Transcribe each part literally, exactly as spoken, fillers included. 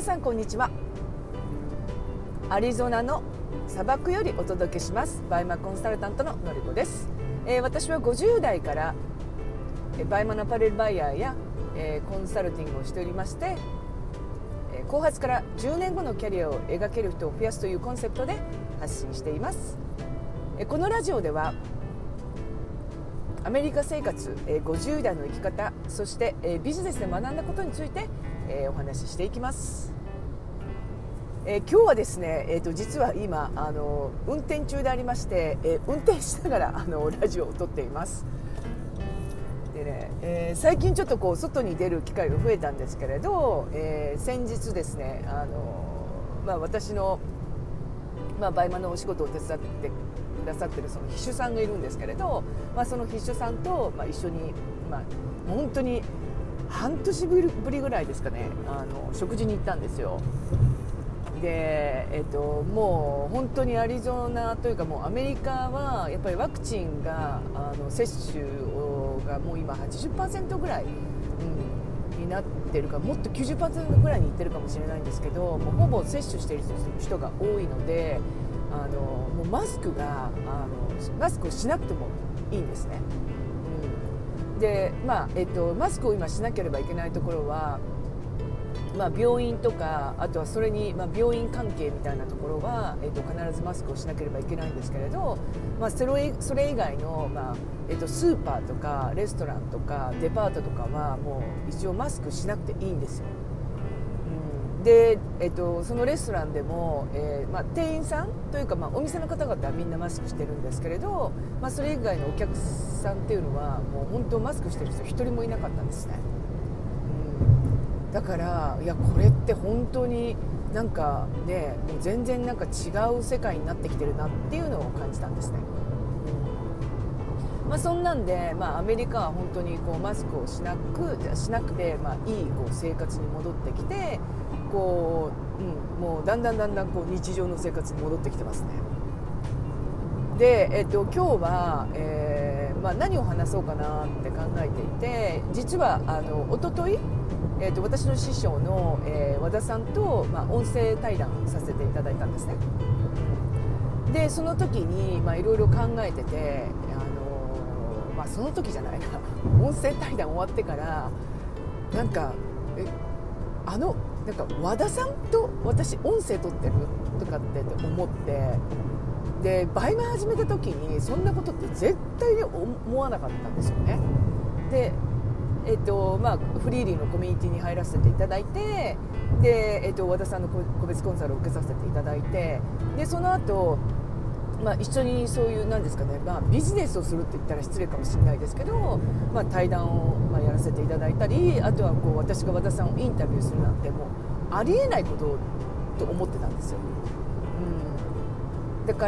さんこんにちは。アリゾナの砂漠よりお届けしますバイマコンサルタントののりこです。えー、私はごじゅう代からバイマのアパレルバイヤーや、えー、コンサルティングをしておりまして、えー、後発からじゅうねんごのキャリアを描ける人を増やすというコンセプトで発信しています。えー、このラジオではアメリカ生活、えー、ごじゅう代の生き方、そして、えー、ビジネスで学んだことについて、えー、お話ししていきます。えー、今日はですね、えー、と実は今あの運転中でありまして、えー、運転しながらあのラジオを撮っています。でね、えー、最近ちょっとこう外に出る機会が増えたんですけれど、えー、先日ですねあの、まあ、私の、まあ、バイマのお仕事を手伝ってくださってるその秘書さんがいるんですけれど、まあ、その秘書さんと、まあ、一緒に、まあ、本当に半年ぶりぐらいですかね、あの食事に行ったんですよ。で、えっと、もう本当にアリゾナというかもうアメリカはやっぱりワクチンがあの接種がもう今 はちじゅっパーセント ぐらい、うん、になってるか、もっと きゅうじゅっパーセント ぐらいにいってるかもしれないんですけど、もうほぼ接種している人が多いので、あのもうマスクがあのマスクをしなくてもいいんですね。うん、で、まあえっと、マスクを今しなければいけないところは、まあ、病院とか、あとはそれに、まあ、病院関係みたいなところは、えっと、必ずマスクをしなければいけないんですけれど、まあ、それ、それ以外の、まあえっと、スーパーとかレストランとかデパートとかはもう一応マスクしなくていいんですよ。うん、で、えっと、そのレストランでも、えーまあ、店員さんというか、まあ、お店の方々はみんなマスクしてるんですけれど、まあ、それ以外のお客さんっていうのはもう本当マスクしてる人一人もいなかったんですね。だからいやこれって本当になんかね、もう全然なんか違う世界になってきてるなっていうのを感じたんですね。うん、まあ、そんなんで、まあ、アメリカは本当にこうマスクをしなくしなくて、まあ、いいこう生活に戻ってきて、こう、うん、もうだんだんだんだんこう日常の生活に戻ってきてますね。で、えっと、今日は、えーまあ、何を話そうかなって考えていて、実はあの一昨日えー、と私の師匠の、えー、和田さんと、まあ、音声対談させていただいたんですね。でその時にいろいろ考えてて、あのーまあ、その時じゃないな音声対談終わってからなんかえあのなんか和田さんと私音声撮ってるとかって思って、でバイマ始めた時にそんなことって絶対に思わなかったんですよね。でえっとまあ、フリーリーのコミュニティに入らせていただいて、で、えっと、和田さんの個別コンサルを受けさせていただいて、でその後、まあ、一緒にそういうなんですかね、まあ、ビジネスをするって言ったら失礼かもしれないですけど、まあ、対談を、まあ、やらせていただいたり、あとはこう私が和田さんをインタビューするなんてもうありえないことと思ってたんですよ。うん、だから、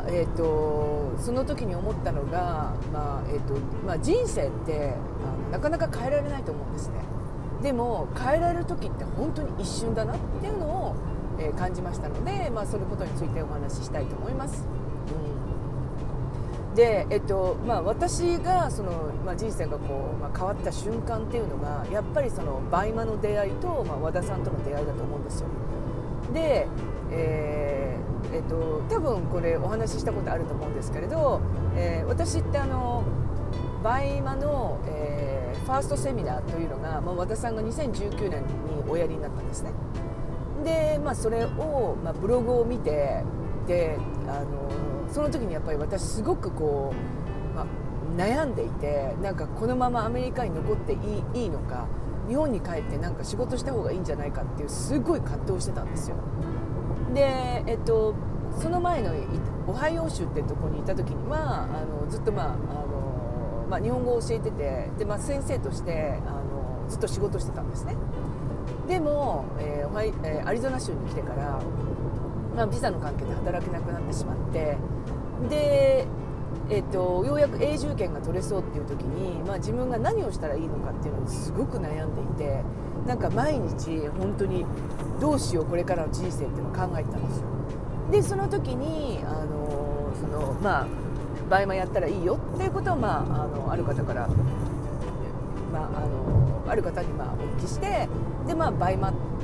えっと、その時に思ったのが、まあえっとまあ、人生ってあのなかなか変えられないと思うんですね。でも変えられる時って本当に一瞬だなっていうのを、えー、感じましたので、まあ、そのことについてお話ししたいと思います。うん、で、えっとまあ、私がその、まあ、人生がこう、まあ、変わった瞬間っていうのがやっぱりそのバイマの出会いと、まあ、和田さんとの出会いだと思うんですよ。で、えーえっと、多分これお話ししたことあると思うんですけれど、えー、私ってあのバイマの、えー、ファーストセミナーというのが、まあ、和田さんがにせんじゅうきゅうねんにおやりになったんですね。で、まあ、それを、まあ、ブログを見て、であのその時にやっぱり私すごくこう、まあ、悩んでいて、なんかこのままアメリカに残っていい、いいのか、日本に帰ってなんか仕事した方がいいんじゃないかっていうすごい葛藤してたんですよ。で、えっと、その前のオハイオ州ってとこにいた時にはあのずっと、まああのまあ、日本語を教えてて、で、まあ、先生としてあのずっと仕事してたんですね。でも、えーオハイえー、アリゾナ州に来てから、まあ、ビザの関係で働けなくなってしまって、で、えっと、ようやく永住権が取れそうっていう時に、まあ、自分が何をしたらいいのかっていうのにすごく悩んでいて、なんか毎日本当にどうしようこれからの人生っていうのを考えてたんですよ。でその時にあのその、まあ、バイマやったらいいよっていうことを、まあ、あのある方から、まあ、あのある方にまあお聞きして、で、まあ、バイマ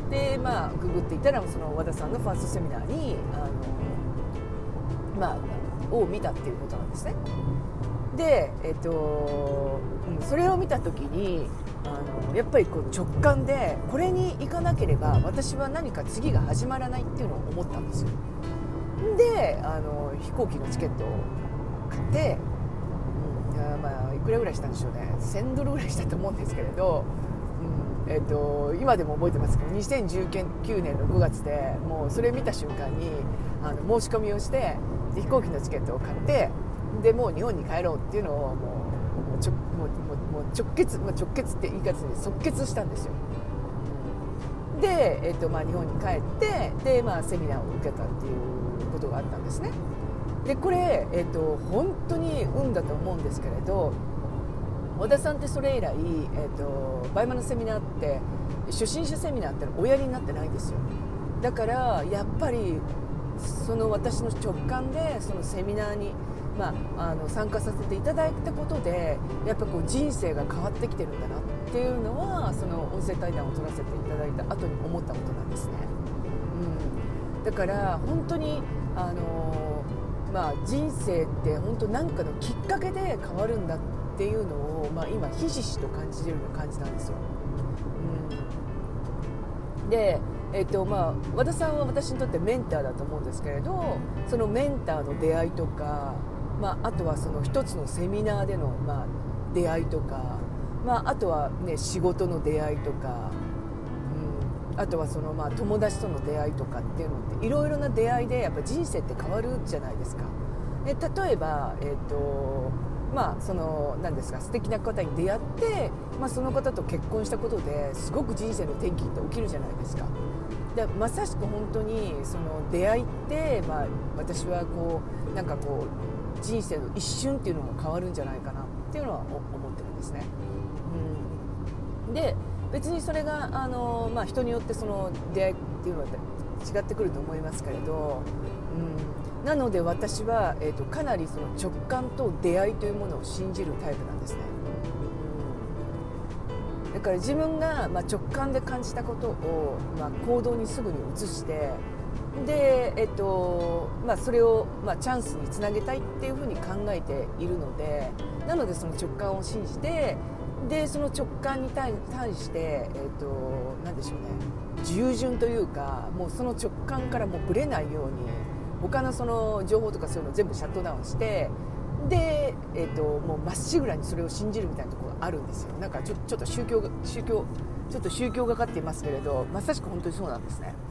でまあググっていたらその和田さんのファーストセミナーにあの、まあ、を見たっていうことなんですね。で、えっとうん、それを見た時にあのやっぱりこう直感でこれに行かなければ私は何か次が始まらないっていうのを思ったんですよ。であの飛行機のチケットを買って、うん、まあいくらぐらいしたんでしょうね、せんドルぐらいしたと思うんですけれど、うんえっと、今でも覚えてますけどにせんじゅうきゅうねんのごがつでもうそれ見た瞬間にあの申し込みをして飛行機のチケットを買ってでもう日本に帰ろうっていうのをもうもうちょもうもう直結、まあ、直結って言い方で即決したんですよ。で、えっとまあ、日本に帰ってで、まあ、セミナーを受けたっていうことがあったんですね。でこれ、えっと、本当に運だと思うんですけれど、和田さんってそれ以来、えっと、バイマのセミナーって初心者セミナーっておやりになってないんですよ。だからやっぱりその私の直感でそのセミナーに、まあ、あの参加させていただいたことでやっぱこう人生が変わってきてるんだなっていうのはその音声対談を取らせていただいた後に思ったことなんですね。うん、だから本当にあの、まあ、人生って本当何かのきっかけで変わるんだっていうのを、まあ、今ひしひしと感じてるような感じなんですよ。うん、でえっとまあ、和田さんは私にとってメンターだと思うんですけれど、そのメンターの出会いとか、まあ、あとはその一つのセミナーでの、まあ、出会いとか、まあ、あとは、ね、仕事の出会いとか、うん、あとはその、まあ、友達との出会いとかっていうのっていろいろな出会いでやっぱ人生って変わるじゃないですか。で例えば、えっとまあ、その何ですか素敵な方に出会って、まあ、その方と結婚したことですごく人生の転機って起きるじゃないですか。でまさしく本当にその出会いって、まあ、私はこうなんかこう人生の一瞬っていうのが変わるんじゃないかなっていうのは思ってるんですね。うん、で別にそれがあの、まあ、人によってその出会いっていうのは違ってくると思いますけれど、うん、なので私は、えーと、かなりその直感と出会いというものを信じるタイプなんですね。だから自分がまあ直感で感じたことをまあ行動にすぐに移してで、えっとまあ、それをまあチャンスにつなげたいっていうふうに考えているので、なのでその直感を信じてでその直感に対して、えっと、なんでしょうね従順というかもうその直感からもうぶれないように他のその情報とかそういうのを全部シャットダウンしてで、えー、ともうまっしぐらにそれを信じるみたいなところがあるんですよ。なんかちょ、ちょっと宗教が宗教ちょっと宗教がかっていますけれどまさしく本当にそうなんですね。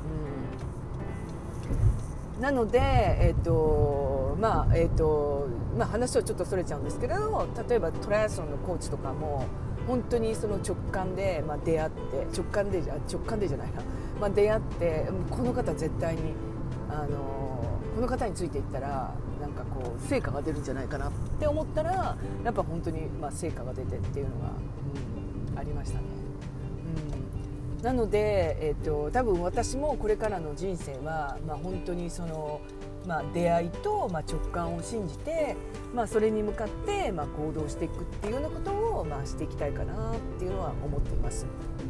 うん、なので、えーとまあえーとまあ、話はちょっとそれちゃうんですけれど例えばトライアスロンのコーチとかも本当にその直感で、まあ、出会って直感でじゃ直感でじゃないな、まあ、出会ってこの方絶対にあのこの方についていったらなんかこう成果が出るんじゃないかなって思ったらやっぱ本当にまあ成果が出てっていうのが、うん、ありましたね。うん、なので、えーと、多分私もこれからの人生は、まあ、本当にその、まあ、出会いと、まあ、直感を信じて、まあ、それに向かって、まあ、行動していくっていうようなことを、まあ、していきたいかなっていうのは思っています。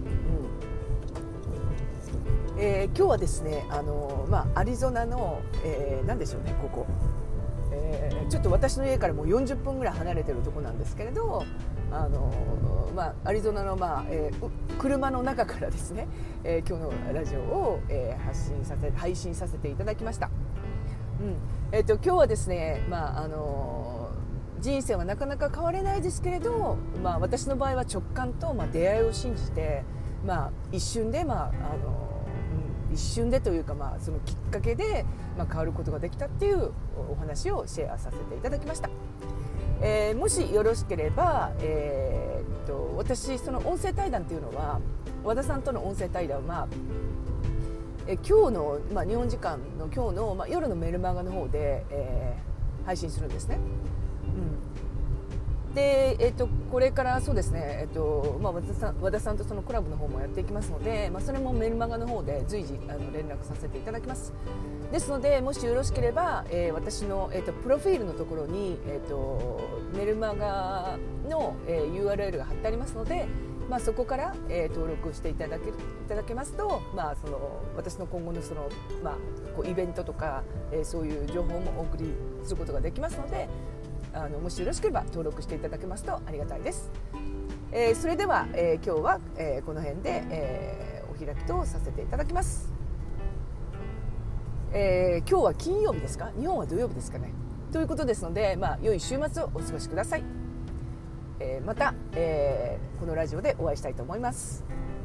うんえー、今日はですねあの、まあ、アリゾナの、えー、何でしょうねここ、えー、ちょっと私の家からもうよんじゅっぷんぐらい離れてるところなんですけれどあの、まあ、アリゾナの、まあえー、車の中からですね、えー、今日のラジオを、えー、発信させ配信させていただきました。うんえー、と今日はですね、まああの人生はなかなか変われないですけれど、まあ、私の場合は直感と、まあ、出会いを信じて、まあ、一瞬で、まああの一瞬でというか、まあ、そのきっかけで、まあ、変わることができたっていうお話をシェアさせていただきました。えー、もしよろしければ、えー、っと私その音声対談っていうのは和田さんとの音声対談はえ今日の、まあ、日本時間の今日の、まあ、夜のメルマガの方で、えー、配信するんですね。うん、で、えー、とこれからそうですね、えーとまあ、和田さん、和田さんとそのコラボの方もやっていきますので、まあ、それもメルマガの方で随時あの連絡させていただきます。ですのでもしよろしければ、えー、私の、えー、とプロフィールのところに、えー、とメルマガの、えー、ユーアールエル が貼ってありますので、 まあ、そこから、えー、登録していただけいただけますと、まあ、その私の今後のその、まあ、こうイベントとか、えー、そういう情報もお送りすることができますので、あのもしよろしければ登録していただけますとありがたいです。えー、それでは、えー、今日は、えー、この辺で、えー、お開きとさせていただきます。えー、今日は金曜日ですか？日本は土曜日ですかね。ということですので、まあ、良い週末をお過ごしください。えー、また、えー、このラジオでお会いしたいと思います。